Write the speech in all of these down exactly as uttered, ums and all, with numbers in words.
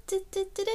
チャチャチャラ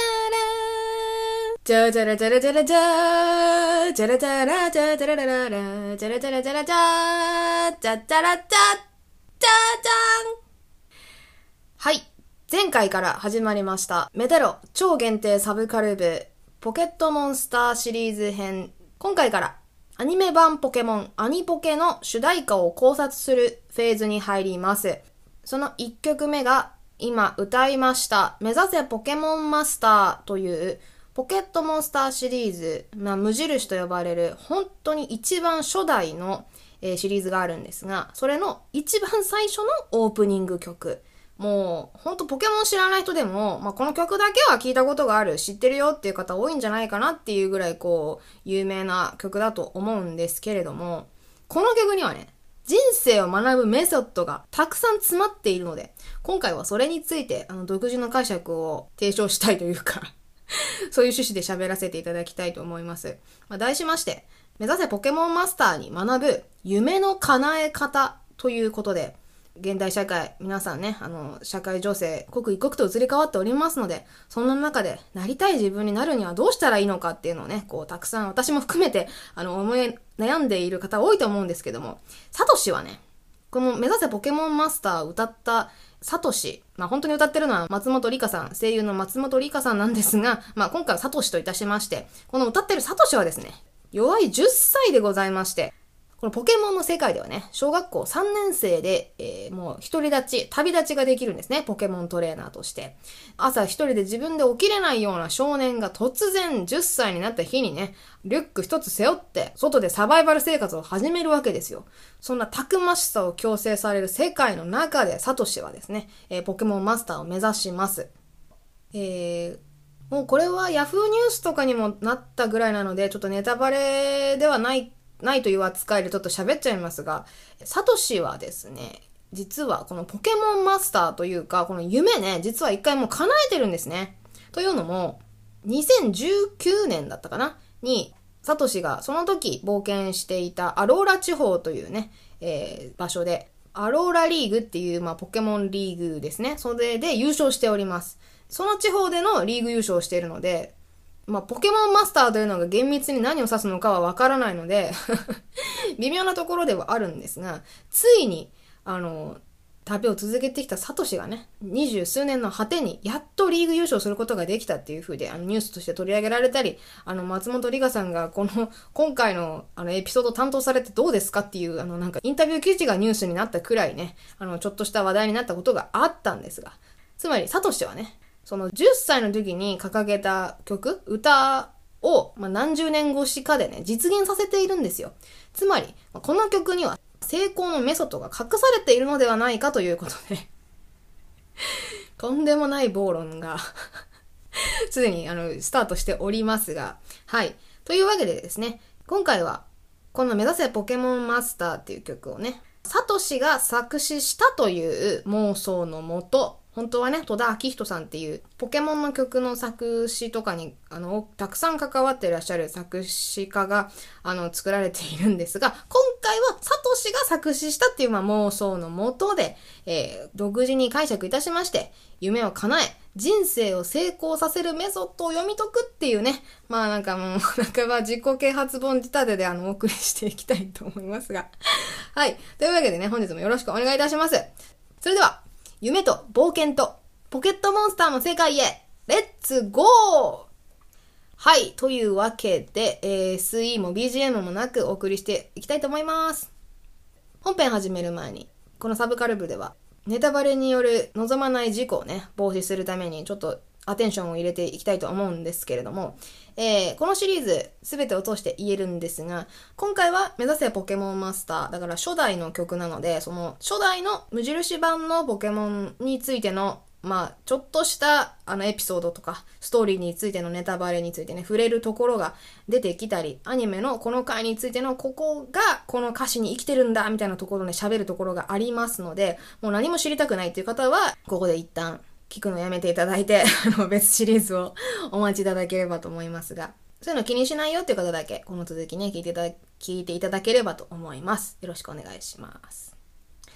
チャラチャラチャラチャラチャチャラチャラチャチャララララチャラチャラチャラチャチャチャラチャチャチャン。はい、前回から始まりましたメタロ超限定サブカル部ポケットモンスターシリーズ編。今回からアニメ版ポケモンアニポケの主題歌を考察するフェーズに入ります。そのいっきょくめが今歌いました目指せポケモンマスターというポケットモンスターシリーズ、まあ、無印と呼ばれる本当に一番初代の、えー、シリーズがあるんですが、それの一番最初のオープニング曲。もう本当ポケモン知らない人でも、まあ、この曲だけは聞いたことがある、知ってるよっていう方多いんじゃないかなっていうぐらいこう有名な曲だと思うんですけれども、この曲にはね、人生を学ぶメソッドがたくさん詰まっているので、今回はそれについてあの独自の解釈を提唱したいというかそういう趣旨で喋らせていただきたいと思います。まあ、題しまして目指せポケモンマスターに学ぶ夢の叶え方ということで、現代社会皆さんね、あの社会情勢刻一刻と移り変わっておりますので、そんな中でなりたい自分になるにはどうしたらいいのかっていうのをね、こうたくさん私も含めてあの思い悩んでいる方多いと思うんですけども、サトシはね、この目指せポケモンマスターを歌ったサトシ、まあ本当に歌ってるのは松本里香さん、声優の松本里香さんなんですが、まあ今回はサトシといたしまして、この歌ってるサトシはですね、弱いじゅっさいでございまして、このポケモンの世界ではね、小学校さんねん生で、えー、もう独り立ち、旅立ちができるんですね、ポケモントレーナーとして。朝一人で自分で起きれないような少年が突然じゅっさいになった日にね、リュック一つ背負って、外でサバイバル生活を始めるわけですよ。そんなたくましさを強制される世界の中で、サトシはですね、えー、ポケモンマスターを目指します。えーもうこれはヤフーニュースとかにもなったぐらいなので、ちょっとネタバレではないないという扱いでちょっと喋っちゃいますが、サトシはですね、実はこのポケモンマスターというか、この夢ね、実は一回もう叶えてるんですね。というのも、にせんじゅうきゅうねんだったかなに、サトシがその時冒険していたアローラ地方というね、えー、場所で、アローラリーグっていう、まあ、ポケモンリーグですね。それで優勝しております。その地方でのリーグ優勝をしているので、まあ、ポケモンマスターというのが厳密に何を指すのかはわからないので微妙なところではあるんですが、ついにあの旅を続けてきたサトシがね、二十数年の果てにやっとリーグ優勝することができたっていう風で、あのニュースとして取り上げられたり、あの松本里香さんがこの今回のあのエピソードを担当されてどうですかっていうあのなんかインタビュー記事がニュースになったくらいね、あのちょっとした話題になったことがあったんですが、つまりサトシはね、そのじゅっさいの時に掲げた曲、歌を、まあ、何十年越しかでね、実現させているんですよ。つまり、この曲には成功のメソッドが隠されているのではないかということで、とんでもない暴論がすでにあのスタートしておりますが、はい。というわけでですね、今回はこの目指せポケモンマスターっていう曲をね、サトシが作詞したという妄想のもと、本当はね、戸田明人さんっていうポケモンの曲の作詞とかにあのたくさん関わっていらっしゃる作詞家があの作られているんですが、今回はサトシが作詞したっていう、まあ、妄想のもとで、えー、独自に解釈いたしまして、夢を叶え人生を成功させるメソッドを読み解くっていうね、まあなんかもう半ば自己啓発本仕立てであのお送りしていきたいと思いますがはい、というわけでね、本日もよろしくお願いいたします。それでは夢と冒険とポケットモンスターの世界へレッツゴー。はい、というわけで、えー、エスイー も ビージーエム もなくお送りしていきたいと思います。本編始める前に、このサブカル部ではネタバレによる望まない事故をね、防止するためにちょっとアテンションを入れていきたいと思うんですけれども、えー、このシリーズ全てを通して言えるんですが、今回は目指せポケモンマスターだから初代の曲なので、その初代の無印版のポケモンについてのまあちょっとしたあのエピソードとかストーリーについてのネタバレについてね、触れるところが出てきたり、アニメのこの回についてのここがこの歌詞に生きてるんだみたいなところで喋るところがありますので、もう何も知りたくないっていう方はここで一旦聞くのやめていただいてあの別シリーズをお待ちいただければと思いますが、そういうの気にしないよっていう方だけこの続きね聞いていただ聞いていただければと思います。よろしくお願いします。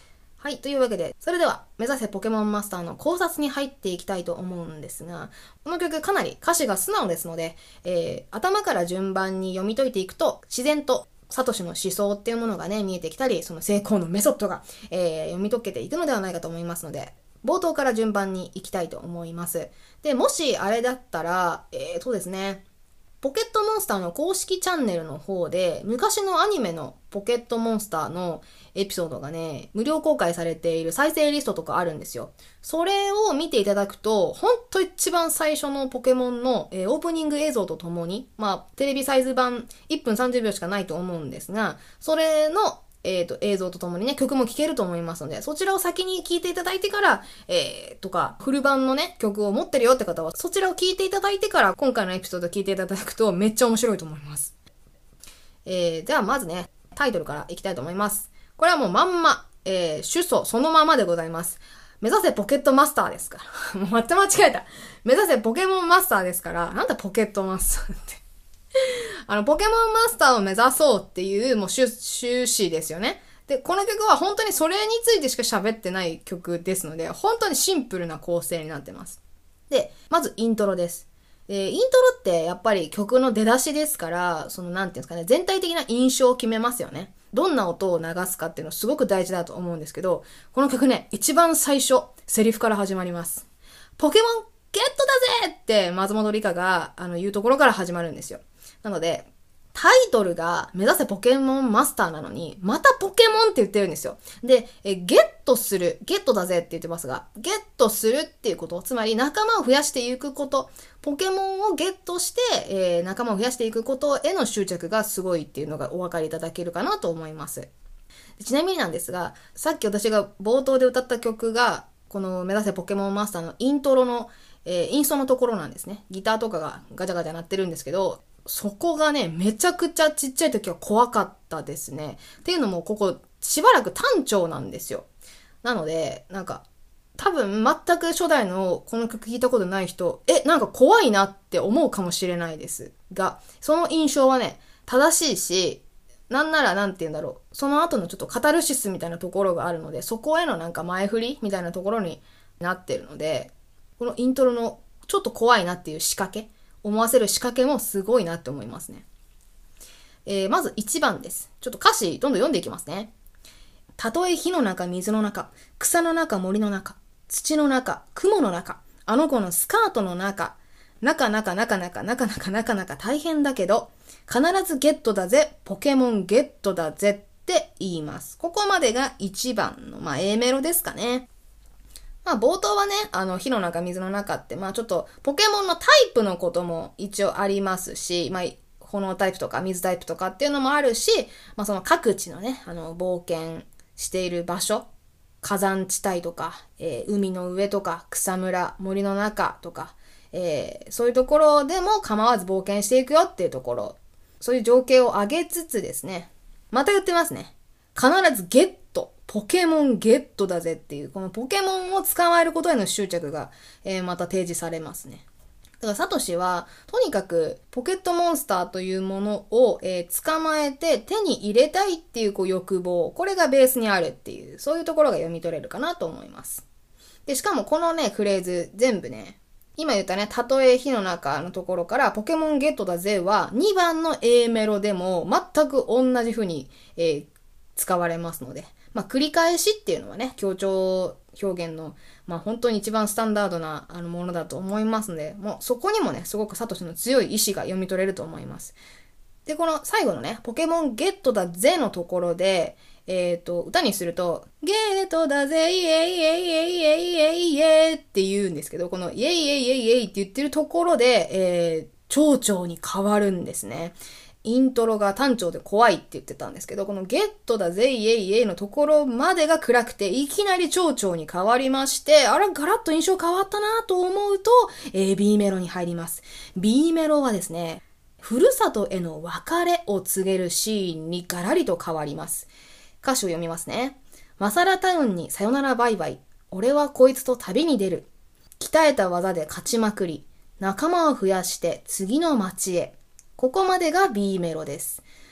はい。というわけで、それでは、目指せポケモンマスターの考察に入っていきたいと思うんですが、この曲かなり歌詞が素直ですので、えー、頭から順番に読み解いていくと、自然とサトシの思想っていうものがね、見えてきたり、その成功のメソッドが、えー、読み解けていくのではないかと思いますので、冒頭から順番に行きたいと思います。で、もしあれだったら、えーとですね、ポケットモンスターの公式チャンネルの方で、昔のアニメのポケットモンスターのエピソードがね、無料公開されている再生リストとかあるんですよ。それを見ていただくと、ほんと一番最初のポケモンの、えー、オープニング映像とともに、まあ、テレビサイズ版いっぷんさんじゅうびょうしかないと思うんですが、それのえっと、映像とともにね、曲も聴けると思いますので、そちらを先に聴いていただいてから、えー、とか、フル版のね、曲を持ってるよって方は、そちらを聴いていただいてから、今回のエピソードを聴いていただくと、めっちゃ面白いと思います。えー、ではまずね、タイトルからいきたいと思います。これはもうまんま、えー、主訴そのままでございます。目指せポケットマスターですから。もうまた間違えた。目指せポケモンマスターですから、なんだポケットマスターって。あの、ポケモンマスターを目指そうっていう、もう趣旨ですよね。で、この曲は本当にそれについてしか喋ってない曲ですので、本当にシンプルな構成になってます。で、まずイントロです。で、イントロってやっぱり曲の出だしですから、そのなんていうんですかね、全体的な印象を決めますよね。どんな音を流すかっていうのすごく大事だと思うんですけど、この曲ね、一番最初、セリフから始まります。ポケモンゲットだぜって松本里香があの言うところから始まるんですよ。なので、タイトルが目指せポケモンマスターなのに、またポケモンって言ってるんですよ。で、えゲットする、ゲットだぜって言ってますが、ゲットするっていうこと、つまり仲間を増やしていくこと、ポケモンをゲットして、えー、仲間を増やしていくことへの執着がすごいっていうのがお分かりいただけるかなと思います。ちなみになんですが、さっき私が冒頭で歌った曲が、この目指せポケモンマスターのイントロの、えー、インストのところなんですね。ギターとかがガチャガチャ鳴ってるんですけど、そこがね、めちゃくちゃちっちゃい時は怖かったですね。っていうのも、ここ、しばらく単調なんですよ。なので、なんか、多分全く初代のこの曲聞いたことない人、え、なんか怖いなって思うかもしれないですが、その印象はね、正しいし、なんならなんて言うんだろう。その後のちょっとカタルシスみたいなところがあるので、そこへのなんか前振りみたいなところになってるので、このイントロのちょっと怖いなっていう仕掛け、思わせる仕掛けもすごいなって思いますね。えー、まずいちばんです。ちょっと歌詞どんどん読んでいきますね。たとえ火の中、水の中、草の中、森の中、土の中、雲の中、あの子のスカートの中、中中中中中中中中大変だけど、必ずゲットだぜ、ポケモンゲットだぜって言います。ここまでがいちばんの、まあ A メロですかね。まあ冒頭はね、あの火の中、水の中って、まあちょっとポケモンのタイプのことも一応ありますし、まあ炎タイプとか水タイプとかっていうのもあるし、まあその各地のね、あの冒険している場所、火山地帯とか、えー、海の上とか、草むら、森の中とか、えー、そういうところでも構わず冒険していくよっていうところ、そういう情景を上げつつですね、また言ってますね。必ずゲット、ポケモンゲットだぜっていう、このポケモンを捕まえることへの執着が、えー、また提示されますね。だからサトシは、とにかくポケットモンスターというものを、えー、捕まえて手に入れたいっていう、こう欲望、これがベースにあるっていう、そういうところが読み取れるかなと思います。で、しかもこのね、フレーズ全部ね、今言ったね、たとえ火の中のところからポケモンゲットだぜはにばんの A メロでも全く同じ風に、えー、使われますので、まあ繰り返しっていうのはね、強調表現の、まあ本当に一番スタンダードなあのものだと思いますので、もうそこにもね、すごくサトシの強い意志が読み取れると思います。で、この最後のね、ポケモンゲットだぜのところで、えっと、歌にすると、ゲートだぜ、イエイイエイイエイイエイイエイイエイって言うんですけど、このイエイイエイイエイイエイって言ってるところで、えー、長調に変わるんですね。イントロが単調で怖いって言ってたんですけど、このゲットだぜ、イエイイエイのところまでが暗くて、いきなり長調に変わりまして、あら、ガラッと印象変わったなと思うと、えー、B メロに入ります。B メロはですね、ふるさとへの別れを告げるシーンにガラリと変わります。歌詞を読みますね。マサラタウンにさよならバイバイ。俺はこいつと旅に出る。鍛えた技で勝ちまくり。仲間を増やして次の街へ。ここまでが B メロです。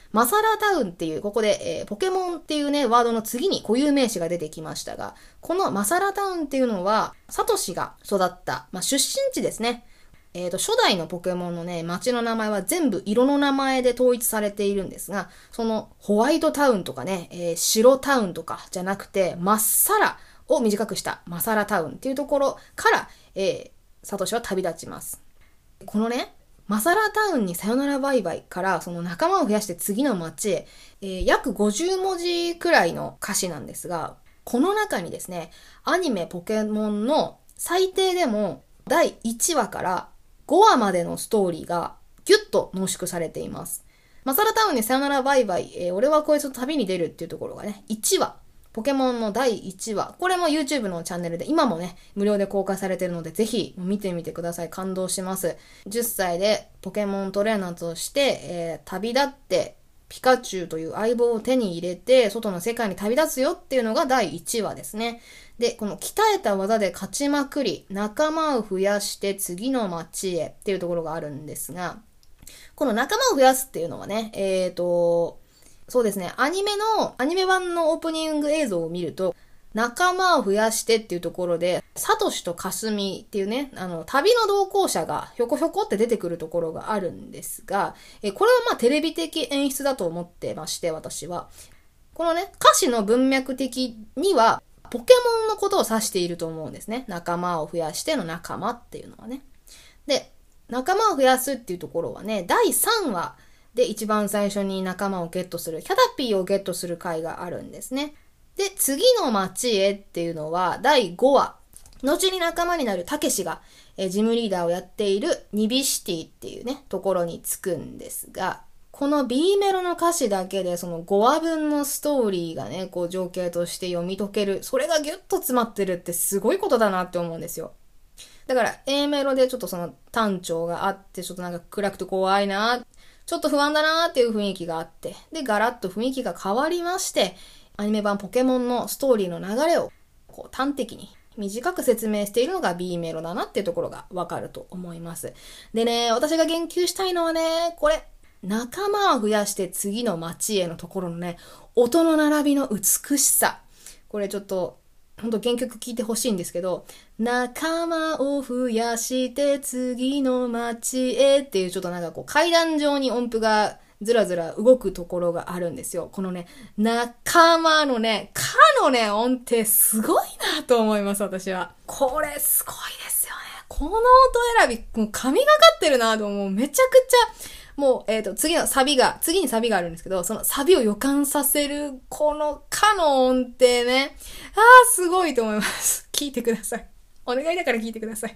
マサラタウンっていう、ここで、えー、ポケモンっていうね、ワードの次に固有名詞が出てきましたが、このマサラタウンっていうのは、サトシが育った、まあ、出身地ですね。えっと、初代のポケモンのね、街の名前は全部色の名前で統一されているんですが、そのホワイトタウンとかね、えー、白タウンとかじゃなくて、マッサラを短くしたマサラタウンっていうところから、えー、サトシは旅立ちます。このね、マサラタウンにさよならバイバイからその仲間を増やして次の街へ、えー、約ごじゅうもじくらいの歌詞なんですが、この中にですね、アニメポケモンの最低でもだいいちわからごわまでのストーリーがギュッと濃縮されています。マサラタウンにさよならバイバイ、えー、俺はこいつと旅に出るっていうところがね、いちわ。ポケモンのだいいちわ。これも YouTube のチャンネルで今もね、無料で公開されているので、ぜひ見てみてください。感動します。じゅっさいでポケモントレーナーとして、えー、旅立って、ピカチュウという相棒を手に入れて、外の世界に旅立つよっていうのがだいいちわですね。で、この鍛えた技で勝ちまくり、仲間を増やして次の街へっていうところがあるんですが、この仲間を増やすっていうのはね、えーと、そうですね。アニメの、アニメ版のオープニング映像を見ると、仲間を増やしてっていうところで、サトシとカスミっていうね、あの、旅の同行者がひょこひょこって出てくるところがあるんですが、えこれはまあテレビ的演出だと思ってまして、私は。このね、歌詞の文脈的には、ポケモンのことを指していると思うんですね。仲間を増やしての仲間っていうのはね。で、仲間を増やすっていうところはね、だいさんわ、で、一番最初に仲間をゲットする、キャタピーをゲットする回があるんですね。で、次の街へっていうのはだいごわ。後に仲間になるたけしが、えー、ジムリーダーをやっているニビシティっていうね、ところに着くんですが、この B メロの歌詞だけでそのごわぶんのストーリーがね、こう情景として読み解ける。それがギュッと詰まってるってすごいことだなって思うんですよ。だから A メロでちょっとその単調があって、ちょっとなんか暗くて怖いな、ちょっと不安だなーっていう雰囲気があって、で、ガラッと雰囲気が変わりまして、アニメ版ポケモンのストーリーの流れをこう端的に短く説明しているのが B メロだなっていうところがわかると思います。でね、私が言及したいのはね、これ、仲間を増やして次の街へのところのね、音の並びの美しさ。これちょっと、ほんと原曲聴いてほしいんですけど、仲間を増やして次の街へっていうちょっとなんかこう階段状に音符がずらずら動くところがあるんですよ。このね、仲間のね、かのね、音程すごいなと思います、私は。これすごいですよね。この音選び、もう神がかってるなと思う。めちゃくちゃ、もう、えっと、次のサビが、次にサビがあるんですけど、そのサビを予感させる、このかの音程ね。あー、すごいと思います。聞いてください。お願いだから聞いてください。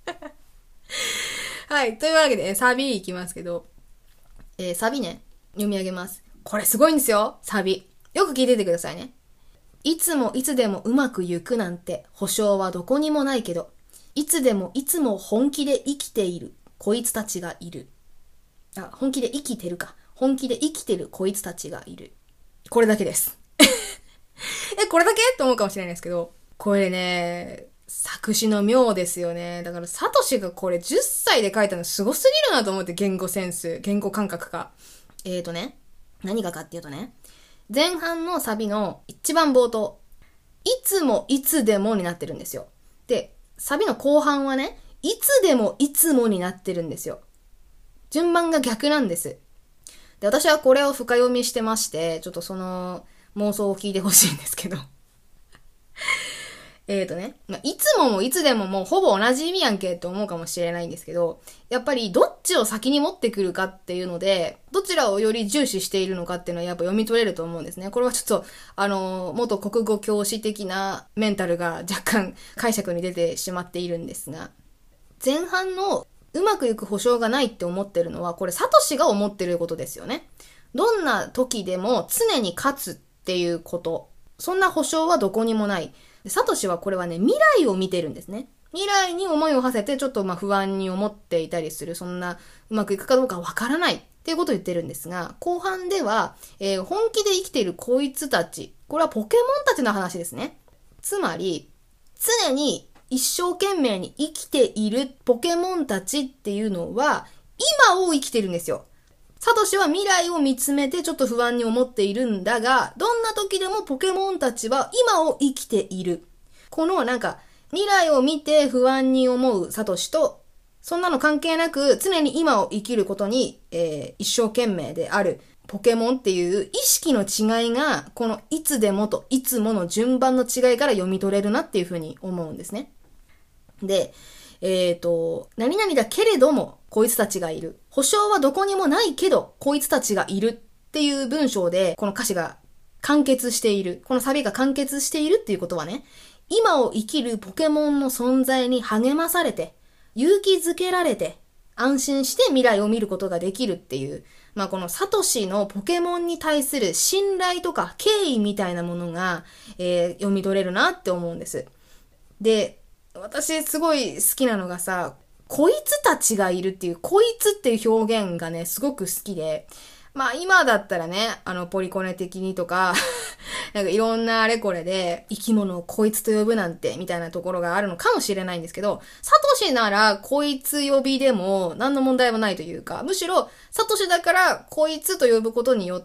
はい。というわけで、サビいきますけど、えー、サビね、読み上げます。これすごいんですよ、サビ。よく聞いててくださいね。いつもいつでもうまくゆくなんて保証はどこにもないけど、いつでもいつも本気で生きているこいつたちがいる。あ、本気で生きてるか。本気で生きてるこいつたちがいる。これだけです。え、これだけと思うかもしれないですけど、これね、作詞の妙ですよね。だから、サトシがこれじゅっさいで書いたのすごすぎるなと思って、言語センス、言語感覚が。えーとね、何がかっていうとね、前半のサビの一番冒頭、いつもいつでもになってるんですよ。で、サビの後半はね、いつでもいつもになってるんですよ。順番が逆なんです。で、私はこれを深読みしてまして、ちょっとその妄想を聞いてほしいんですけど。えーとね、まあ、いつももいつでももうほぼ同じ意味やんけって思うかもしれないんですけど、やっぱりどっちを先に持ってくるかっていうので、どちらをより重視しているのかっていうのはやっぱ読み取れると思うんですね。これはちょっと、あのー、元国語教師的なメンタルが若干解釈に出てしまっているんですが、前半のうまくいく保証がないって思ってるのは、これサトシが思ってることですよね。どんな時でも常に勝つっていうこと。そんな保証はどこにもない。サトシはこれはね、未来を見てるんですね。未来に思いを馳せてちょっとまあ不安に思っていたりする。そんなうまくいくかどうかわからないっていうことを言ってるんですが、後半では、えー、本気で生きているこいつたち。これはポケモンたちの話ですね。つまり、常に一生懸命に生きているポケモンたちっていうのは、今を生きてるんですよ。 サトシは未来を見つめてちょっと不安に思っているんだが、どんな時でもポケモンたちは今を生きている。このなんか、未来を見て不安に思うサトシと、そんなの関係なく常に今を生きることに、えー、一生懸命であるポケモンっていう意識の違いが、このいつでもといつもの順番の違いから読み取れるなっていうふうに思うんですね。で、えっと、何々だけれども、こいつたちがいる。保証はどこにもないけど、こいつたちがいるっていう文章で、この歌詞が完結している。このサビが完結しているっていうことはね、今を生きるポケモンの存在に励まされて、勇気づけられて、安心して未来を見ることができるっていう、まあこのサトシのポケモンに対する信頼とか敬意みたいなものが、えー、読み取れるなって思うんです。で、私すごい好きなのがさ、こいつたちがいるっていう、こいつっていう表現がね、すごく好きで、まあ今だったらね、あのポリコネ的にとか、なんかいろんなあれこれで生き物をこいつと呼ぶなんてみたいなところがあるのかもしれないんですけど、サトシならこいつ呼びでも何の問題もないというか、むしろサトシだからこいつと呼ぶことによって、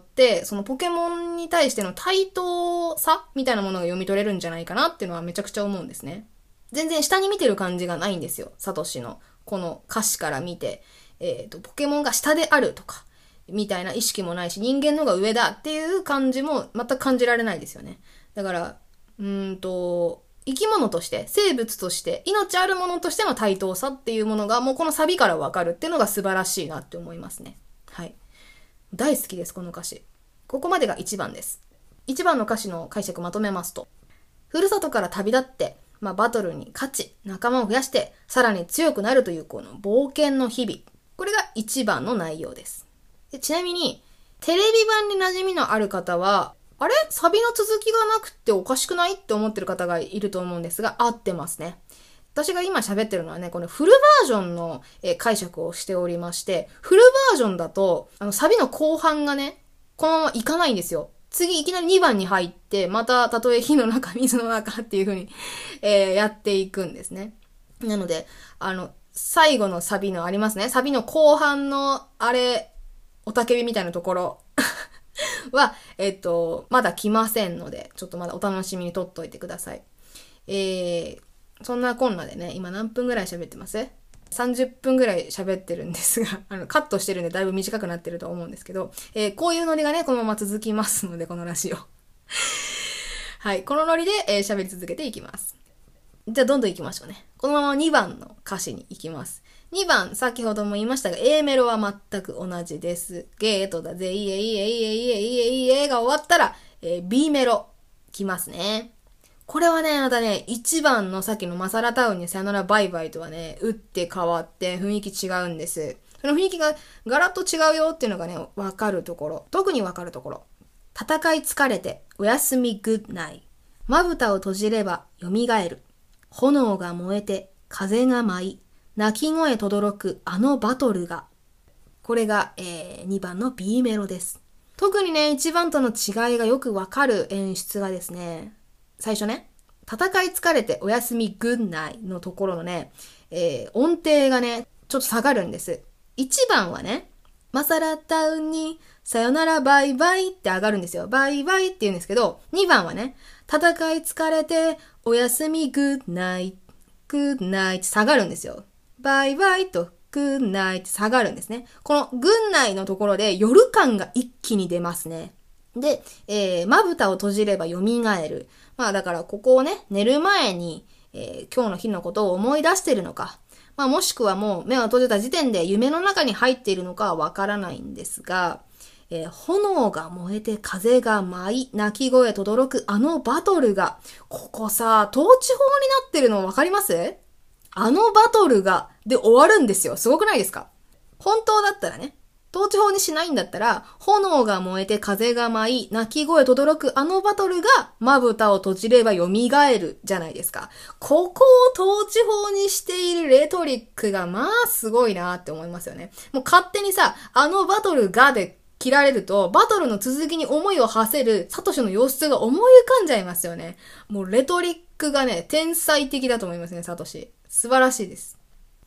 そのポケモンに対しての対等さみたいなものが読み取れるんじゃないかなっていうのはめちゃくちゃ思うんですね。全然下に見てる感じがないんですよ。サトシのこの歌詞から見て、えっと、ポケモンが下であるとか、みたいな意識もないし、人間の方が上だっていう感じも全く感じられないですよね。だから、うーんと、生き物として、生物として、命あるものとしての対等さっていうものがもうこのサビからわかるっていうのが素晴らしいなって思いますね。はい。大好きです、この歌詞。ここまでがいちばんです。いちばんの歌詞の解釈まとめますと、ふるさとから旅立って、まあ、バトルに勝ち、仲間を増やして、さらに強くなるというこの冒険の日々。これがいちばんの内容です。でちなみに、テレビ版に馴染みのある方は、あれサビの続きがなくっておかしくないって思ってる方がいると思うんですが、合ってますね。私が今喋ってるのはね、このフルバージョンの、えー、解釈をしておりまして、フルバージョンだと、あの、サビの後半がね、このままいかないんですよ。次いきなりにばんに入って、また、たとえ火の中、水の中っていう風に、えー、やっていくんですね。なので、あの、最後のサビのありますね。サビの後半の、あれ、おたけびみたいなところは、えっと、まだ来ませんので、ちょっとまだお楽しみにとっといてください。えー、そんなこんなでね、今何分ぐらい喋ってます ?さんじゅっ 分ぐらい喋ってるんですが、あの、カットしてるんでだいぶ短くなってると思うんですけど、えー、こういうノリがね、このまま続きますので、このラジオ。はい、このノリで、えー、喋り続けていきます。じゃあどんどん行きましょうね。このままにばんの歌詞に行きます。にばん、先ほども言いましたが、A メロは全く同じです。ゲートだぜ、イエイエイエイエイエイエイが終わったら、えー、B メロ、来ますね。これはね、またね、いちばんのさっきのマサラタウンにさよならバイバイとはね、打って変わって雰囲気違うんです。その雰囲気がガラッと違うよっていうのがね、わかるところ。特にわかるところ。戦い疲れて、おやすみグッナイ。まぶたを閉じれば、蘇る。炎が燃えて、風が舞い。泣き声轟くあのバトルが。これが、えー、にばんの B メロです。特にね、いちばんとの違いがよくわかる演出がですね、最初ね、戦い疲れておやすみグッナイのところのね、えー、音程がね、ちょっと下がるんです。いちばんはね、マサラタウンにさよならバイバイって上がるんですよ。バイバイって言うんですけど、にばんはね、戦い疲れておやすみグッナイ、グッナイって下がるんですよ。バイバイとグッナイって下がるんですね。このグッナイのところで夜感が一気に出ますね。で、えー、まぶたを閉じれば蘇る。まあだからここをね、寝る前に、えー、今日の日のことを思い出してるのか、まあもしくはもう目を閉じた時点で夢の中に入っているのかはわからないんですが、えー、炎が燃えて風が舞い、泣き声轟くあのバトルが、ここさ、統治法になってるのわかります？あのバトルが、で終わるんですよ。すごくないですか？本当だったらね、統治法にしないんだったら、炎が燃えて風が舞い、泣き声轟くあのバトルが、まぶたを閉じれば蘇るじゃないですか。ここを統治法にしているレトリックが、まあすごいなって思いますよね。もう勝手にさ、あのバトルがで切られると、バトルの続きに思いを馳せるサトシの様子が思い浮かんじゃいますよね。もうレトリックがね、天才的だと思いますね、サトシ。素晴らしいです。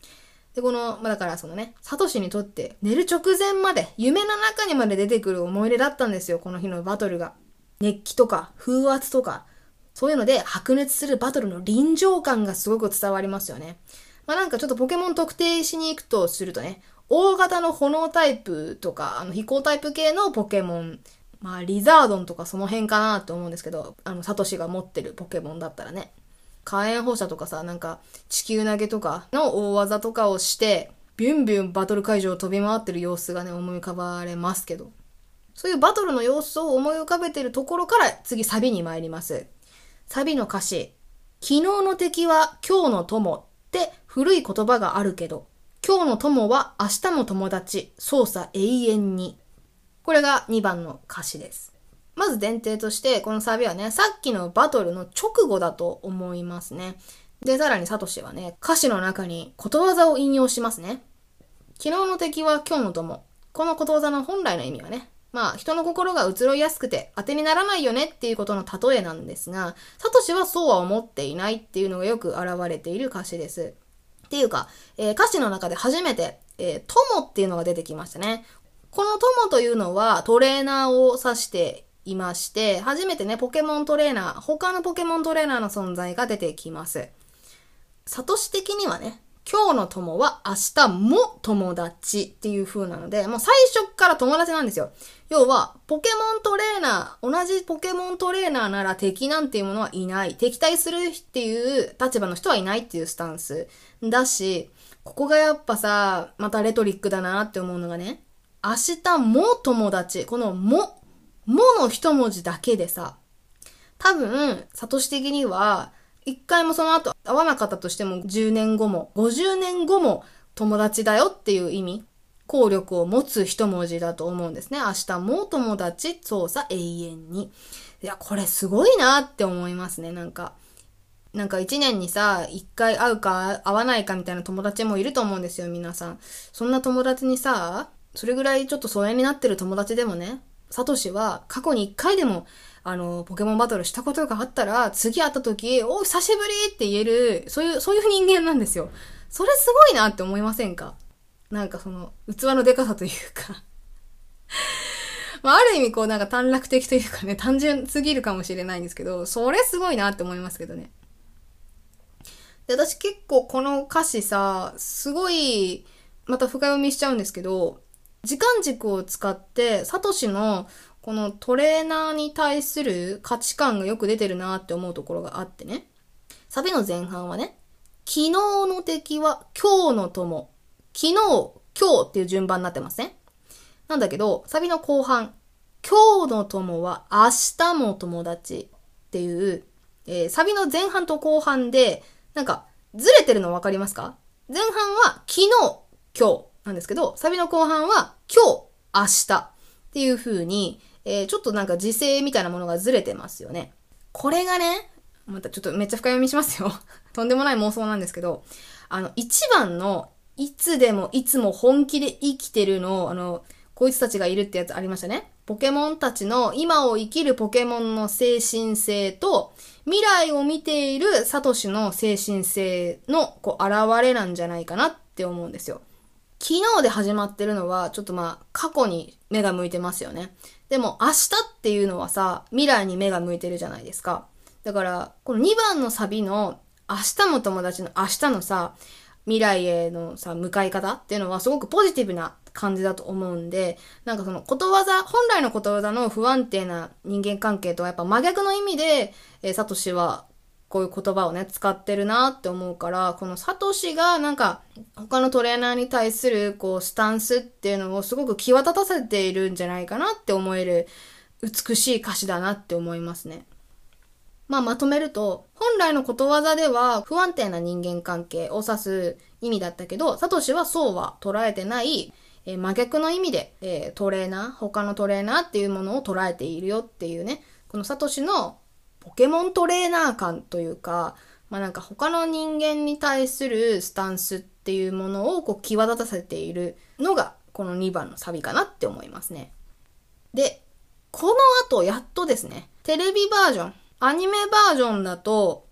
で、この、まあ、だからそのね、サトシにとって寝る直前まで、夢の中にまで出てくる思い出だったんですよ、この日のバトルが。熱気とか、風圧とか、そういうので白熱するバトルの臨場感がすごく伝わりますよね。まあなんかちょっとポケモン特定しに行くとするとね、大型の炎タイプとか、あの飛行タイプ系のポケモン、まあリザードンとかその辺かなと思うんですけど、あのサトシが持ってるポケモンだったらね。火炎放射とかさ、なんか地球投げとかの大技とかをして、ビュンビュンバトル会場を飛び回ってる様子がね、思い浮かばれますけど。そういうバトルの様子を思い浮かべてるところから次サビに参ります。サビの歌詞。昨日の敵は今日の友って古い言葉があるけど、今日の友は明日も友達、操作永遠に。これがにばんの歌詞です。まず前提として、このサビはね、さっきのバトルの直後だと思いますね。で、さらにサトシはね、歌詞の中にことわざを引用しますね。昨日の敵は今日の友。このことわざの本来の意味はね、まあ、人の心が移ろいやすくて当てにならないよねっていうことの例えなんですが、サトシはそうは思っていないっていうのがよく現れている歌詞です。っていうか、えー、歌詞の中で初めて、えー、友っていうのが出てきましたね。この友というのはトレーナーを指していまして、初めてね、ポケモントレーナー、他のポケモントレーナーの存在が出てきます。サトシ的にはね、今日の友は明日も友達っていう風なので、もう最初から友達なんですよ。要は、ポケモントレーナー、同じポケモントレーナーなら敵なんていうものはいない。敵対するっていう立場の人はいないっていうスタンスだし、ここがやっぱさ、またレトリックだなって思うのがね、明日も友達。このも、もの一文字だけでさ、多分、サトシ的には、一回もその後会わなかったとしてもじゅうねんごもごじゅうねんごも友達だよっていう意味、効力を持つ一文字だと思うんですね。明日も友達、操作永遠に。いや、これすごいなって思いますね。なんか、なんか一年にさ、一回会うか会わないかみたいな友達もいると思うんですよ、皆さん。そんな友達にさ、それぐらいちょっと疎遠になってる友達でもね、サトシは過去に一回でもあの、ポケモンバトルしたことがあったら、次会った時、お、久しぶりって言える、そういう、そういう人間なんですよ。それすごいなって思いませんか？なんかその、器のでかさというか。まあ、ある意味こうなんか短絡的というかね、単純すぎるかもしれないんですけど、それすごいなって思いますけどね。で、私結構この歌詞さ、すごい、また深読みしちゃうんですけど、時間軸を使って、サトシのこのトレーナーに対する価値観がよく出てるなって思うところがあってね。サビの前半はね、昨日の敵は今日の友。昨日、今日っていう順番になってますね。なんだけど、サビの後半、今日の友は明日も友達っていう、えー、サビの前半と後半で、なんかずれてるの分かりますか？前半は昨日、今日なんですけど、サビの後半は今日、明日っていう風に、えー、ちょっとなんか時勢みたいなものがずれてますよね。これがね、またちょっとめっちゃ深読みしますよ。とんでもない妄想なんですけど、あの、一番の、いつでもいつも本気で生きてるの、あの、こいつたちがいるってやつありましたね。ポケモンたちの今を生きるポケモンの精神性と、未来を見ているサトシの精神性のこう現れなんじゃないかなって思うんですよ。昨日で始まってるのは、ちょっとまあ、過去に目が向いてますよね。でも、明日っていうのはさ、未来に目が向いてるじゃないですか。だから、このにばんのサビの、明日も友達の明日のさ、未来へのさ、向かい方っていうのはすごくポジティブな感じだと思うんで、なんかそのことわざ、本来のことわざの不安定な人間関係とはやっぱ真逆の意味で、えー、サトシはこういう言葉をね、使ってるなって思うから、このサトシがなんか他のトレーナーに対するこうスタンスっていうのをすごく際立たせているんじゃないかなって思える美しい歌詞だなって思いますね。まあまとめると、本来のことわざでは不安定な人間関係を指す意味だったけど、サトシはそうは捉えてない、えー、真逆の意味で、えー、トレーナー、他のトレーナーっていうものを捉えているよっていうね、このサトシのポケモントレーナー感というか、まあなんか他の人間に対するスタンスっていうものをこう際立たせているのがこのにばんのサビかなって思いますね。で、この後やっとですね、テレビバージョン、アニメバージョンだと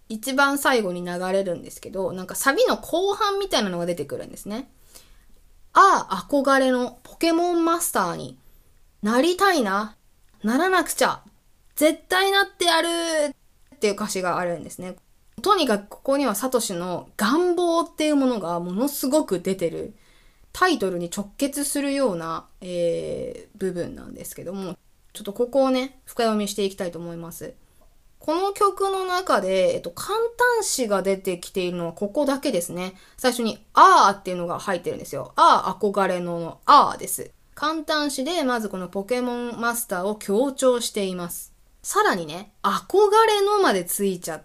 一番最後に流れるんですけど、なんかサビの後半みたいなのが出てくるんですね。ああ、憧れのポケモンマスターになりたいな。ならなくちゃ。絶対なってやるっていう歌詞があるんですね。とにかくここにはサトシの願望っていうものがものすごく出てる。タイトルに直結するような、えー、部分なんですけども、ちょっとここをね、深読みしていきたいと思います。この曲の中で、えっと、簡単詞が出てきているのはここだけですね。最初に、あーっていうのが入ってるんですよ。あー、憧れのの、あーです。簡単詞で、まずこのポケモンマスターを強調しています。さらにね、憧れのまでついちゃって、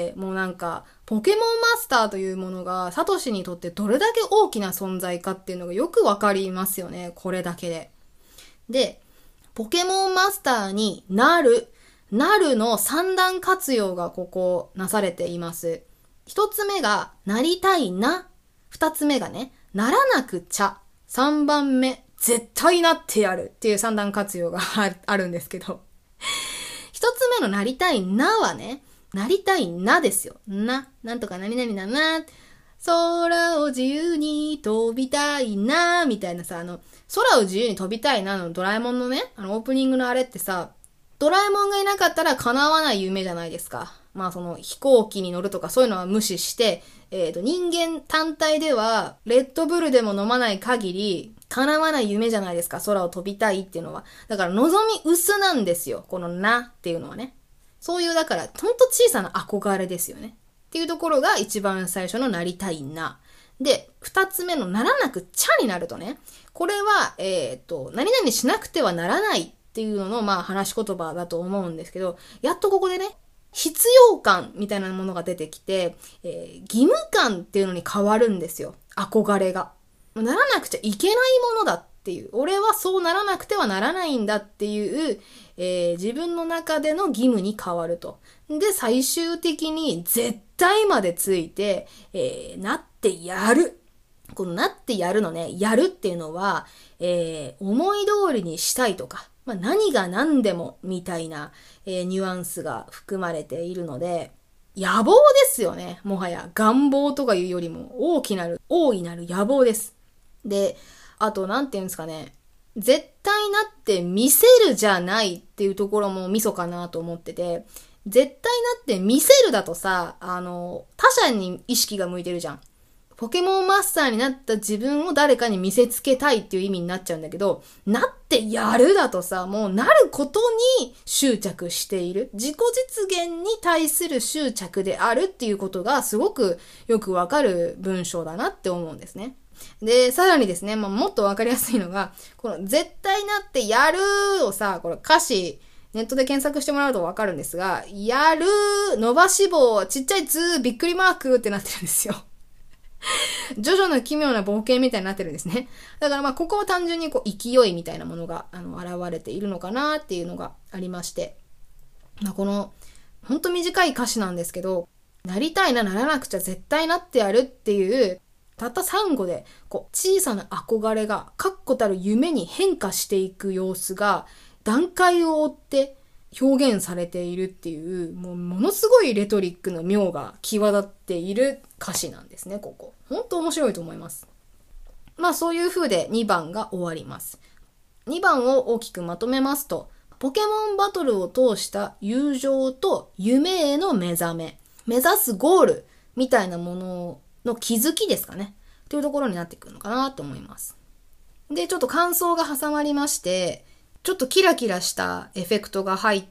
もうなんか、ポケモンマスターというものが、サトシにとってどれだけ大きな存在かっていうのがよくわかりますよね。これだけで。で、ポケモンマスターになる。なるの三段活用がここなされています。一つ目が、なりたいな。二つ目がね、ならなくちゃ。三番目、絶対なってやるっていう三段活用があるんですけど。一つ目のなりたいなはね、なりたいなですよ。な、なんとか何々だな。空を自由に飛びたいな、みたいなさ、あの、空を自由に飛びたいなのドラえもんのね、あのオープニングのあれってさ、ドラえもんがいなかったら叶わない夢じゃないですか。まあその飛行機に乗るとかそういうのは無視して、えっと人間単体ではレッドブルでも飲まない限り叶わない夢じゃないですか。空を飛びたいっていうのは。だから望み薄なんですよ。このなっていうのはね。そういうだからほんと小さな憧れですよね。っていうところが一番最初のなりたいな。で、二つ目のならなくちゃになるとね。これは、えっと、何々しなくてはならないっていうのの、まあ話し言葉だと思うんですけど、やっとここでね、必要感みたいなものが出てきて、えー、義務感っていうのに変わるんですよ。憧れが。ならなくちゃいけないものだっていう。俺はそうならなくてはならないんだっていう、えー、自分の中での義務に変わると。で、最終的に絶対までついて、えー、なってやる。このなってやるのね、やるっていうのは、えー、思い通りにしたいとか、まあ、何が何でもみたいな、えー、ニュアンスが含まれているので、野望ですよね。もはや願望とかいうよりも大きなる、大いなる野望です。で、あとなんていうんですかね。絶対なって見せるじゃないっていうところもミソかなと思ってて、絶対なって見せるだとさ、あの、他者に意識が向いてるじゃん。ポケモンマスターになった自分を誰かに見せつけたいっていう意味になっちゃうんだけど、なってやるだとさ、もうなることに執着している。自己実現に対する執着であるっていうことがすごくよくわかる文章だなって思うんですね。で、さらにですね、まあ、もっとわかりやすいのが、この絶対なってやるをさ、これ歌詞、ネットで検索してもらうとわかるんですが、やる、伸ばし棒、ちっちゃい図、びっくりマークってなってるんですよ。ジョジョの奇妙な冒険みたいになってるんですね。だからまあここは単純にこう勢いみたいなものがあの現れているのかなっていうのがありまして、まあ、このほんと短い歌詞なんですけど、なりたいなならなくちゃ絶対なってやるっていうたったさんごでこう小さな憧れが確固たる夢に変化していく様子が段階を追って表現されているっていう、もうものすごいレトリックの妙が際立っている歌詞なんですね、ここ。本当面白いと思います。まあそういう風でにばんが終わります。にばんを大きくまとめますと、ポケモンバトルを通した友情と夢への目覚め、目指すゴールみたいなものの気づきですかね。というところになってくるのかなと思います。で、ちょっと感想が挟まりまして、ちょっとキラキラしたエフェクトが入って、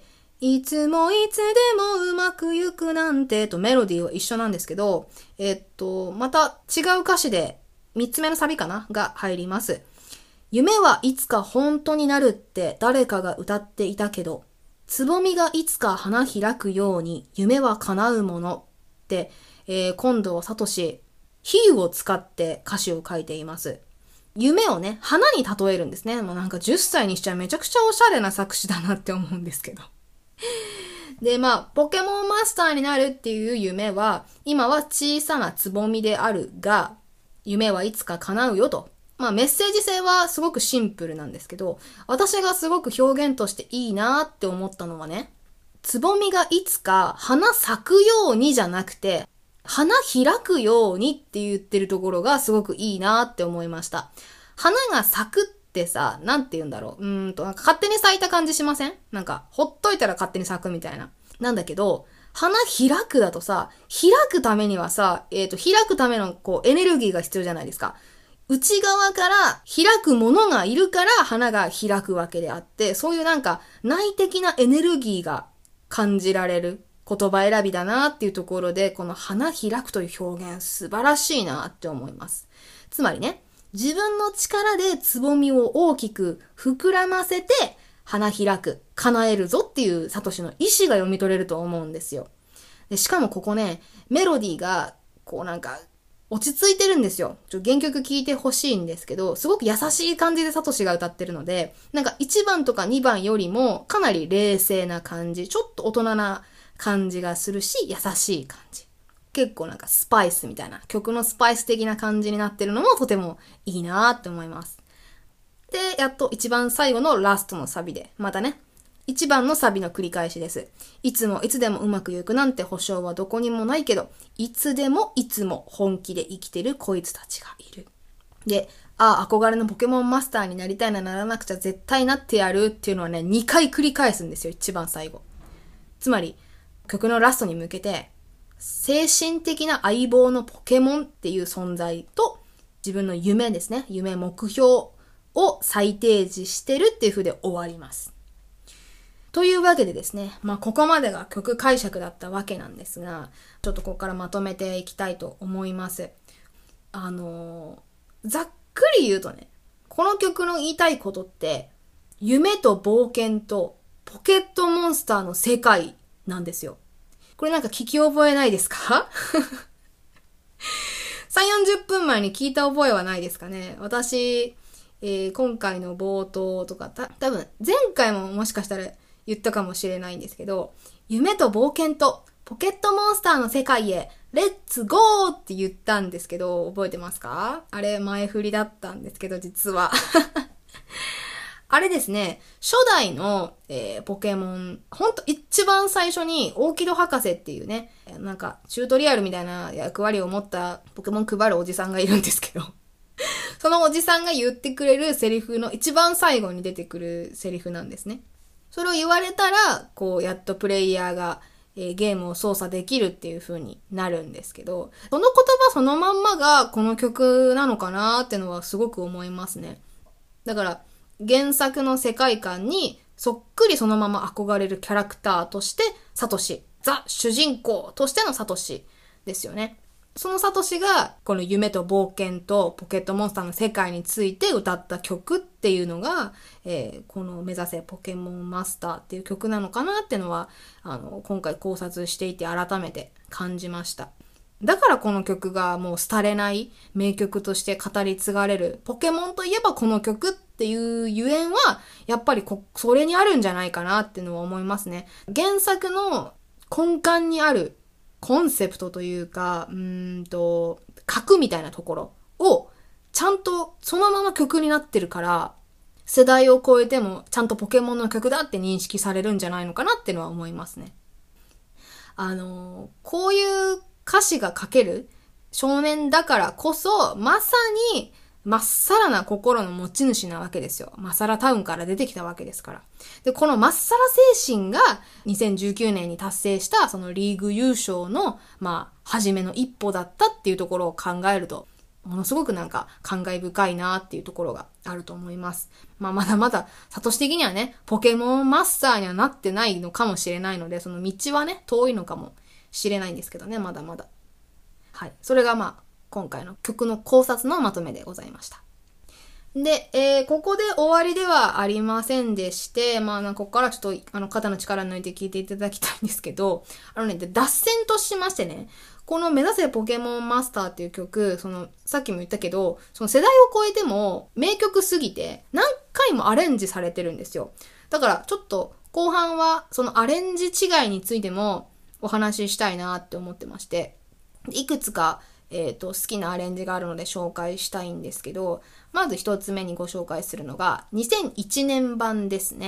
いつもいつでもうまくゆくなんてとメロディーは一緒なんですけど、えっと、また違う歌詞でみっつめのサビかなが入ります。夢はいつか本当になるって誰かが歌っていたけど、つぼみがいつか花開くように夢は叶うものって、えー、今度はサトシ、比喩を使って歌詞を書いています。夢をね、花に例えるんですね。もうなんかじゅっさいにしちゃめちゃくちゃおしゃれな作詞だなって思うんですけど。で、まあ、ポケモンマスターになるっていう夢は、今は小さなつぼみであるが、夢はいつか叶うよと。まあ、メッセージ性はすごくシンプルなんですけど、私がすごく表現としていいなって思ったのはね、 つぼみがいつか花咲くようにじゃなくて、花開くようにって言ってるところがすごくいいなって思いました。花が咲くってさ、なんて言うんだろう。うーんと、なんか勝手に咲いた感じしません？なんか、ほっといたら勝手に咲くみたいな。なんだけど、花開くだとさ、開くためにはさ、えっと、開くためのこうエネルギーが必要じゃないですか。内側から開くものがいるから花が開くわけであって、そういうなんか内的なエネルギーが感じられる言葉選びだなっていうところで、この花開くという表現素晴らしいなって思います。つまりね、自分の力でつぼみを大きく膨らませて花開く、叶えるぞっていうサトシの意志が読み取れると思うんですよ。で、しかもここね、メロディーがこうなんか落ち着いてるんですよ。ちょ原曲聴いてほしいんですけど、すごく優しい感じでサトシが歌ってるので、なんかいちばんとかにばんよりもかなり冷静な感じ、ちょっと大人な感じがするし、優しい感じ。結構なんかスパイスみたいな、曲のスパイス的な感じになってるのもとてもいいなって思います。で、やっと一番最後のラストのサビで、またね、一番のサビの繰り返しです。いつもいつでもうまくいくなんて保証はどこにもないけど、いつでもいつも本気で生きてるこいつたちがいる。で、ああ、憧れのポケモンマスターになりたいな、ならなくちゃ絶対なってやるっていうのはね、にかい繰り返すんですよ、一番最後。つまり、曲のラストに向けて、精神的な相棒のポケモンっていう存在と、自分の夢ですね、夢、目標を再提示してるっていう風で終わります。というわけでですね、まあここまでが曲解釈だったわけなんですが、ちょっとここからまとめていきたいと思います。あのー、ざっくり言うとね、この曲の言いたいことって、夢と冒険とポケットモンスターの世界なんですよ。これなんか聞き覚えないですかさんじゅうよんじゅっぷんまえに聞いた覚えはないですかね。私、えー、今回の冒頭とか、た多分前回ももしかしたら言ったかもしれないんですけど、夢と冒険とポケットモンスターの世界へレッツゴーって言ったんですけど、覚えてますか？あれ前振りだったんですけど、実は。あれですね、初代の、えー、ポケモン、ほんと一番最初にオーキド博士っていうね、なんかチュートリアルみたいな役割を持ったポケモン配るおじさんがいるんですけど、そのおじさんが言ってくれるセリフの一番最後に出てくるセリフなんですね。それを言われたら、こうやっとプレイヤーが、えー、ゲームを操作できるっていう風になるんですけど、その言葉そのまんまがこの曲なのかなーってのはすごく思いますね。だから、原作の世界観にそっくりそのまま憧れるキャラクターとしてサトシ、ザ主人公としてのサトシですよね。そのサトシがこの夢と冒険とポケットモンスターの世界について歌った曲っていうのが、えー、この目指せポケモンマスターっていう曲なのかなっていうのはあの今回考察していて改めて感じました。だからこの曲がもう廃れない名曲として語り継がれる。ポケモンといえばこの曲っていうゆえんは、やっぱりこ、それにあるんじゃないかなっていうのは思いますね。原作の根幹にあるコンセプトというか、うーんと、核みたいなところを、ちゃんとそのまま曲になってるから、世代を超えてもちゃんとポケモンの曲だって認識されるんじゃないのかなっていうのは思いますね。あの、こういう歌詞が書ける少年だからこそ、まさにまっさらな心の持ち主なわけですよ。まっさらタウンから出てきたわけですから。で、このまっさら精神がにせんじゅうきゅうねんに達成したそのリーグ優勝の、まあ、初めの一歩だったっていうところを考えると、ものすごくなんか感慨深いなっていうところがあると思います。まあまだまだ、サトシ的にはね、ポケモンマスターにはなってないのかもしれないので、その道はね、遠いのかもしれないんですけどね、まだまだ。はい。それがまあ、今回の曲の考察のまとめでございました。で、えー、ここで終わりではありませんでして、まあ、ここからちょっと、あの、肩の力抜いて聞いていただきたいんですけど、あのね、で脱線としましてね、この目指せポケモンマスターっていう曲、その、さっきも言ったけど、その世代を超えても名曲すぎて何回もアレンジされてるんですよ。だから、ちょっと後半はそのアレンジ違いについてもお話ししたいなって思ってまして、いくつか、えっと、好きなアレンジがあるので紹介したいんですけど、まず一つ目にご紹介するのがにせんいちねん版ですね。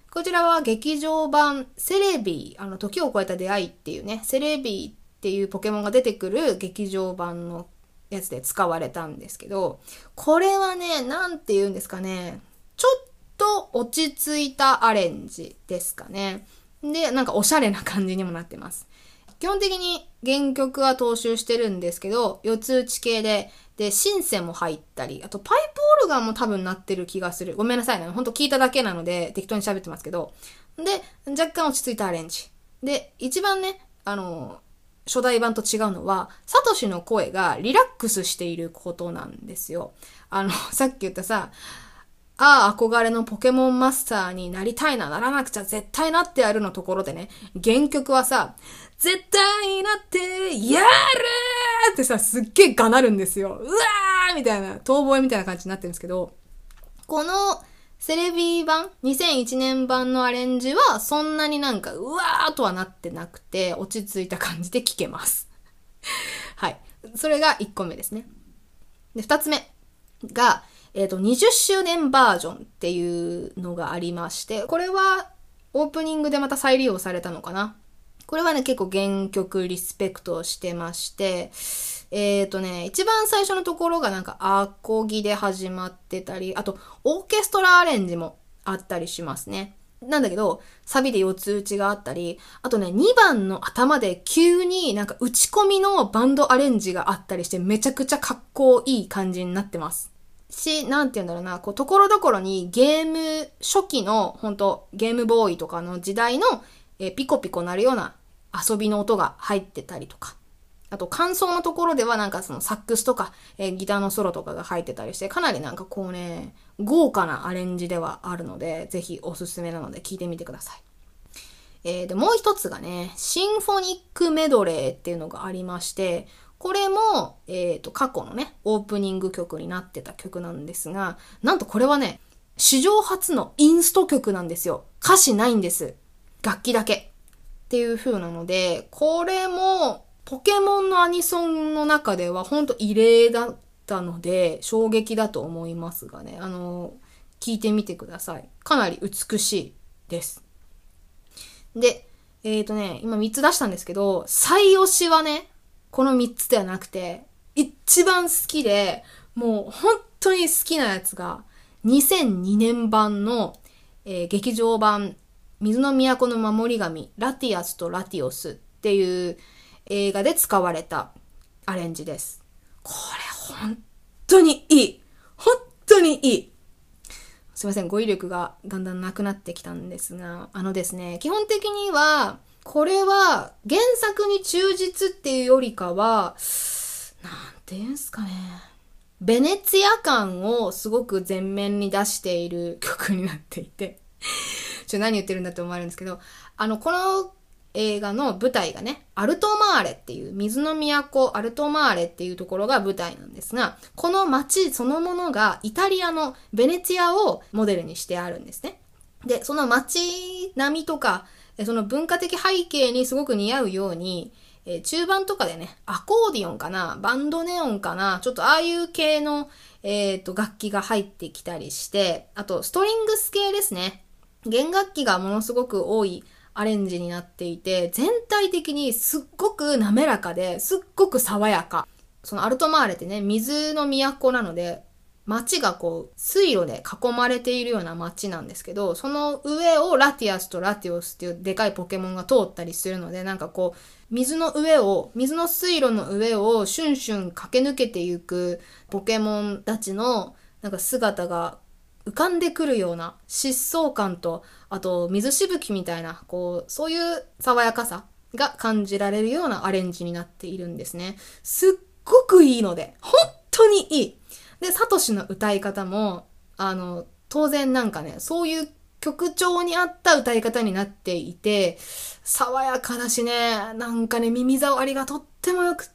こちらは劇場版セレビー、あの、時を超えた出会いっていうね、セレビーっていうポケモンが出てくる劇場版のやつで使われたんですけど、これはね、なんて言うんですかね、ちょっと落ち着いたアレンジですかね。で、なんかおしゃれな感じにもなってます。基本的に原曲は踏襲してるんですけど、四つ打ち系で、で、シンセも入ったり、あとパイプオルガンも多分なってる気がする。ごめんなさいね。ほんと聞いただけなので適当に喋ってますけど。で、若干落ち着いたアレンジ。で、一番ね、あの、初代版と違うのは、サトシの声がリラックスしていることなんですよ。あの、さっき言ったさ、ああ、憧れのポケモンマスターになりたいな、ならなくちゃ絶対なってやるのところでね、原曲はさ、絶対なってやるーってさ、すっげえがなるんですよ。うわーみたいな、遠吠えみたいな感じになってるんですけど、このセレビー版、にせんいちねん版のアレンジは、そんなになんか、うわーとはなってなくて、落ち着いた感じで聴けます。はい。それがいっこめですね。で、ふたつめが、えっと、にじゅっしゅうねんバージョンっていうのがありまして、これはオープニングでまた再利用されたのかな。これはね、結構原曲リスペクトしてまして、えっとね、一番最初のところがなんかアコギで始まってたり、あとオーケストラアレンジもあったりしますね。なんだけど、サビで四つ打ちがあったり、あとね、にばんの頭で急になんか打ち込みのバンドアレンジがあったりして、めちゃくちゃかっこいい感じになってます。し、なんて言うんだろうな、こう、ところどころにゲーム初期の、ほんと、ゲームボーイとかの時代の、えー、ピコピコなるような遊びの音が入ってたりとか。あと、間奏のところではなんかそのサックスとか、えー、ギターのソロとかが入ってたりして、かなりなんかこうね、豪華なアレンジではあるので、ぜひおすすめなので聞いてみてください。えー、で、もう一つがね、シンフォニックメドレーっていうのがありまして、これも、えっと、過去のね、オープニング曲になってた曲なんですが、なんとこれはね、史上初のインスト曲なんですよ。歌詞ないんです。楽器だけ。っていう風なので、これも、ポケモンのアニソンの中ではほんと異例だったので、衝撃だと思いますがね、あの、聞いてみてください。かなり美しいです。で、えっとね、今みっつ出したんですけど、最推しはね、このみっつではなくて、一番好きで、もう本当に好きなやつが、にせんにねん版の、えー、劇場版、水の都の守り神、ラティアスとラティオスっていう映画で使われたアレンジです。これ本当にいい。本当にいい。すいません、語彙力がだんだんなくなってきたんですが、あのですね、基本的には、これは原作に忠実っていうよりかは、なんていうんすかね。ベネツィア感をすごく前面に出している曲になっていて。ちょ、何言ってるんだって思われるんですけど、あの、この映画の舞台がね、アルトマーレっていう、水の都アルトマーレっていうところが舞台なんですが、この街そのものがイタリアのベネツィアをモデルにしてあるんですね。で、その街並みとか、その文化的背景にすごく似合うように、えー、中盤とかでね、アコーディオンかな、バンドネオンかな、ちょっとああいう系の、えっと、楽器が入ってきたりして、あと、ストリングス系ですね。弦楽器がものすごく多いアレンジになっていて、全体的にすっごく滑らかで、すっごく爽やか。そのアルトマーレってね、水の都なので、街がこう、水路で囲まれているような街なんですけど、その上をラティアスとラティオスっていうでかいポケモンが通ったりするので、なんかこう、水の上を、水の水路の上をシュンシュン駆け抜けていくポケモンたちのなんか姿が浮かんでくるような疾走感と、あと水しぶきみたいな、こう、そういう爽やかさが感じられるようなアレンジになっているんですね。すっごくいいので、本当にいい。で、サトシの歌い方も、あの、当然なんかね、そういう曲調に合った歌い方になっていて、爽やかだしね、なんかね、耳障りがとっても良くって、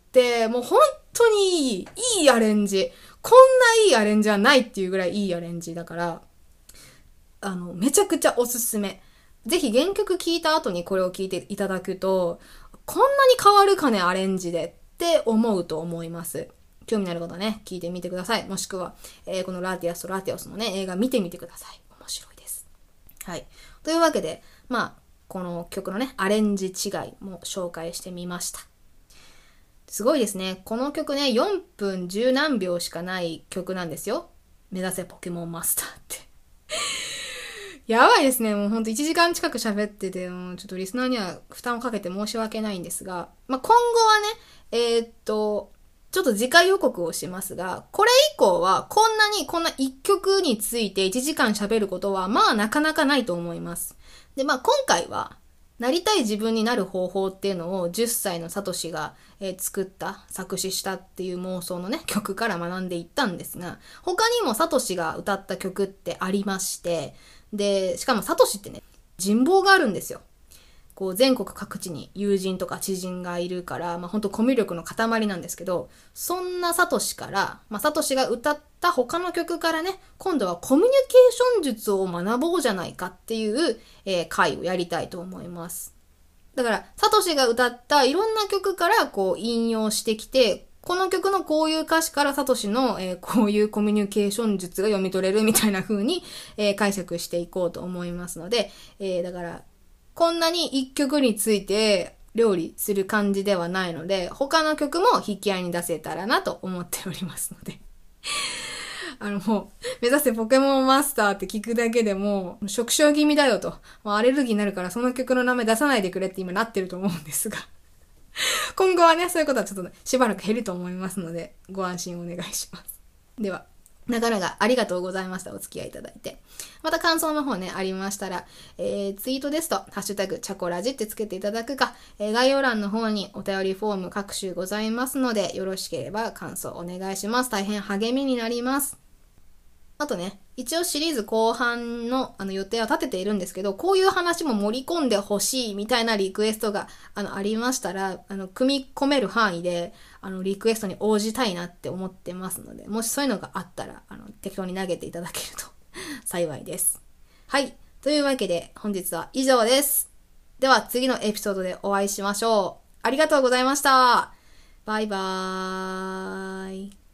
もう本当にいい、いいアレンジ。こんないいアレンジはないっていうぐらいいいアレンジだから、あの、めちゃくちゃおすすめ。ぜひ原曲聴いた後にこれを聴いていただくと、こんなに変わるかね、アレンジでって思うと思います。興味のある方はね、聞いてみてください。もしくは、えー、このラティアスとラティオスのね、映画見てみてください。面白いです。 はい。というわけで、まあ、この曲のね、アレンジ違いも紹介してみました。すごいですね。この曲ね、よんぷんじゅう何秒しかない曲なんですよ。目指せポケモンマスターって。やばいですね。もうほんといちじかん近く喋ってて、もうちょっとリスナーには負担をかけて申し訳ないんですが、まあ、今後はね、えー、っと、ちょっと次回予告をしますが、これ以降はこんなにこんないっきょくについていちじかん喋ることはまあなかなかないと思います。で、まあ今回は、なりたい自分になる方法っていうのをじゅっさいのサトシが、えー、作った、作詞したっていう妄想のね、曲から学んでいったんですが、他にもサトシが歌った曲ってありまして、で、しかもサトシってね、人望があるんですよ。こう全国各地に友人とか知人がいるから、まあ本当コミュ力の塊なんですけど、そんなサトシから、まあサトシが歌った他の曲からね、今度はコミュニケーション術を学ぼうじゃないかっていう、えー、回をやりたいと思います。だから、サトシが歌ったいろんな曲からこう引用してきて、この曲のこういう歌詞からサトシの、えー、こういうコミュニケーション術が読み取れるみたいな風に、えー、解釈していこうと思いますので、えー、だから、こんなに一曲について料理する感じではないので、他の曲も引き合いに出せたらなと思っておりますので。あのもう、目指せポケモンマスターって聞くだけでもう、触傷気味だよと。もうアレルギーになるからその曲の名前出さないでくれって今なってると思うんですが。今後はね、そういうことはちょっと、ね、しばらく減ると思いますので、ご安心お願いします。では。長々ありがとうございました。お付き合いいただいて。また感想の方ね、ありましたら、えー、ツイートですと、ハッシュタグ、チャコラジってつけていただくか、えー、概要欄の方にお便りフォーム各種ございますので、よろしければ感想お願いします。大変励みになります。あとね、一応シリーズ後半のあの予定は立てているんですけど、こういう話も盛り込んでほしいみたいなリクエストがあのありましたら、あの組み込める範囲であのリクエストに応じたいなって思ってますので、もしそういうのがあったらあの適当に投げていただけると幸いです。はい。というわけで本日は以上です。では次のエピソードでお会いしましょう。ありがとうございました。バイバーイ。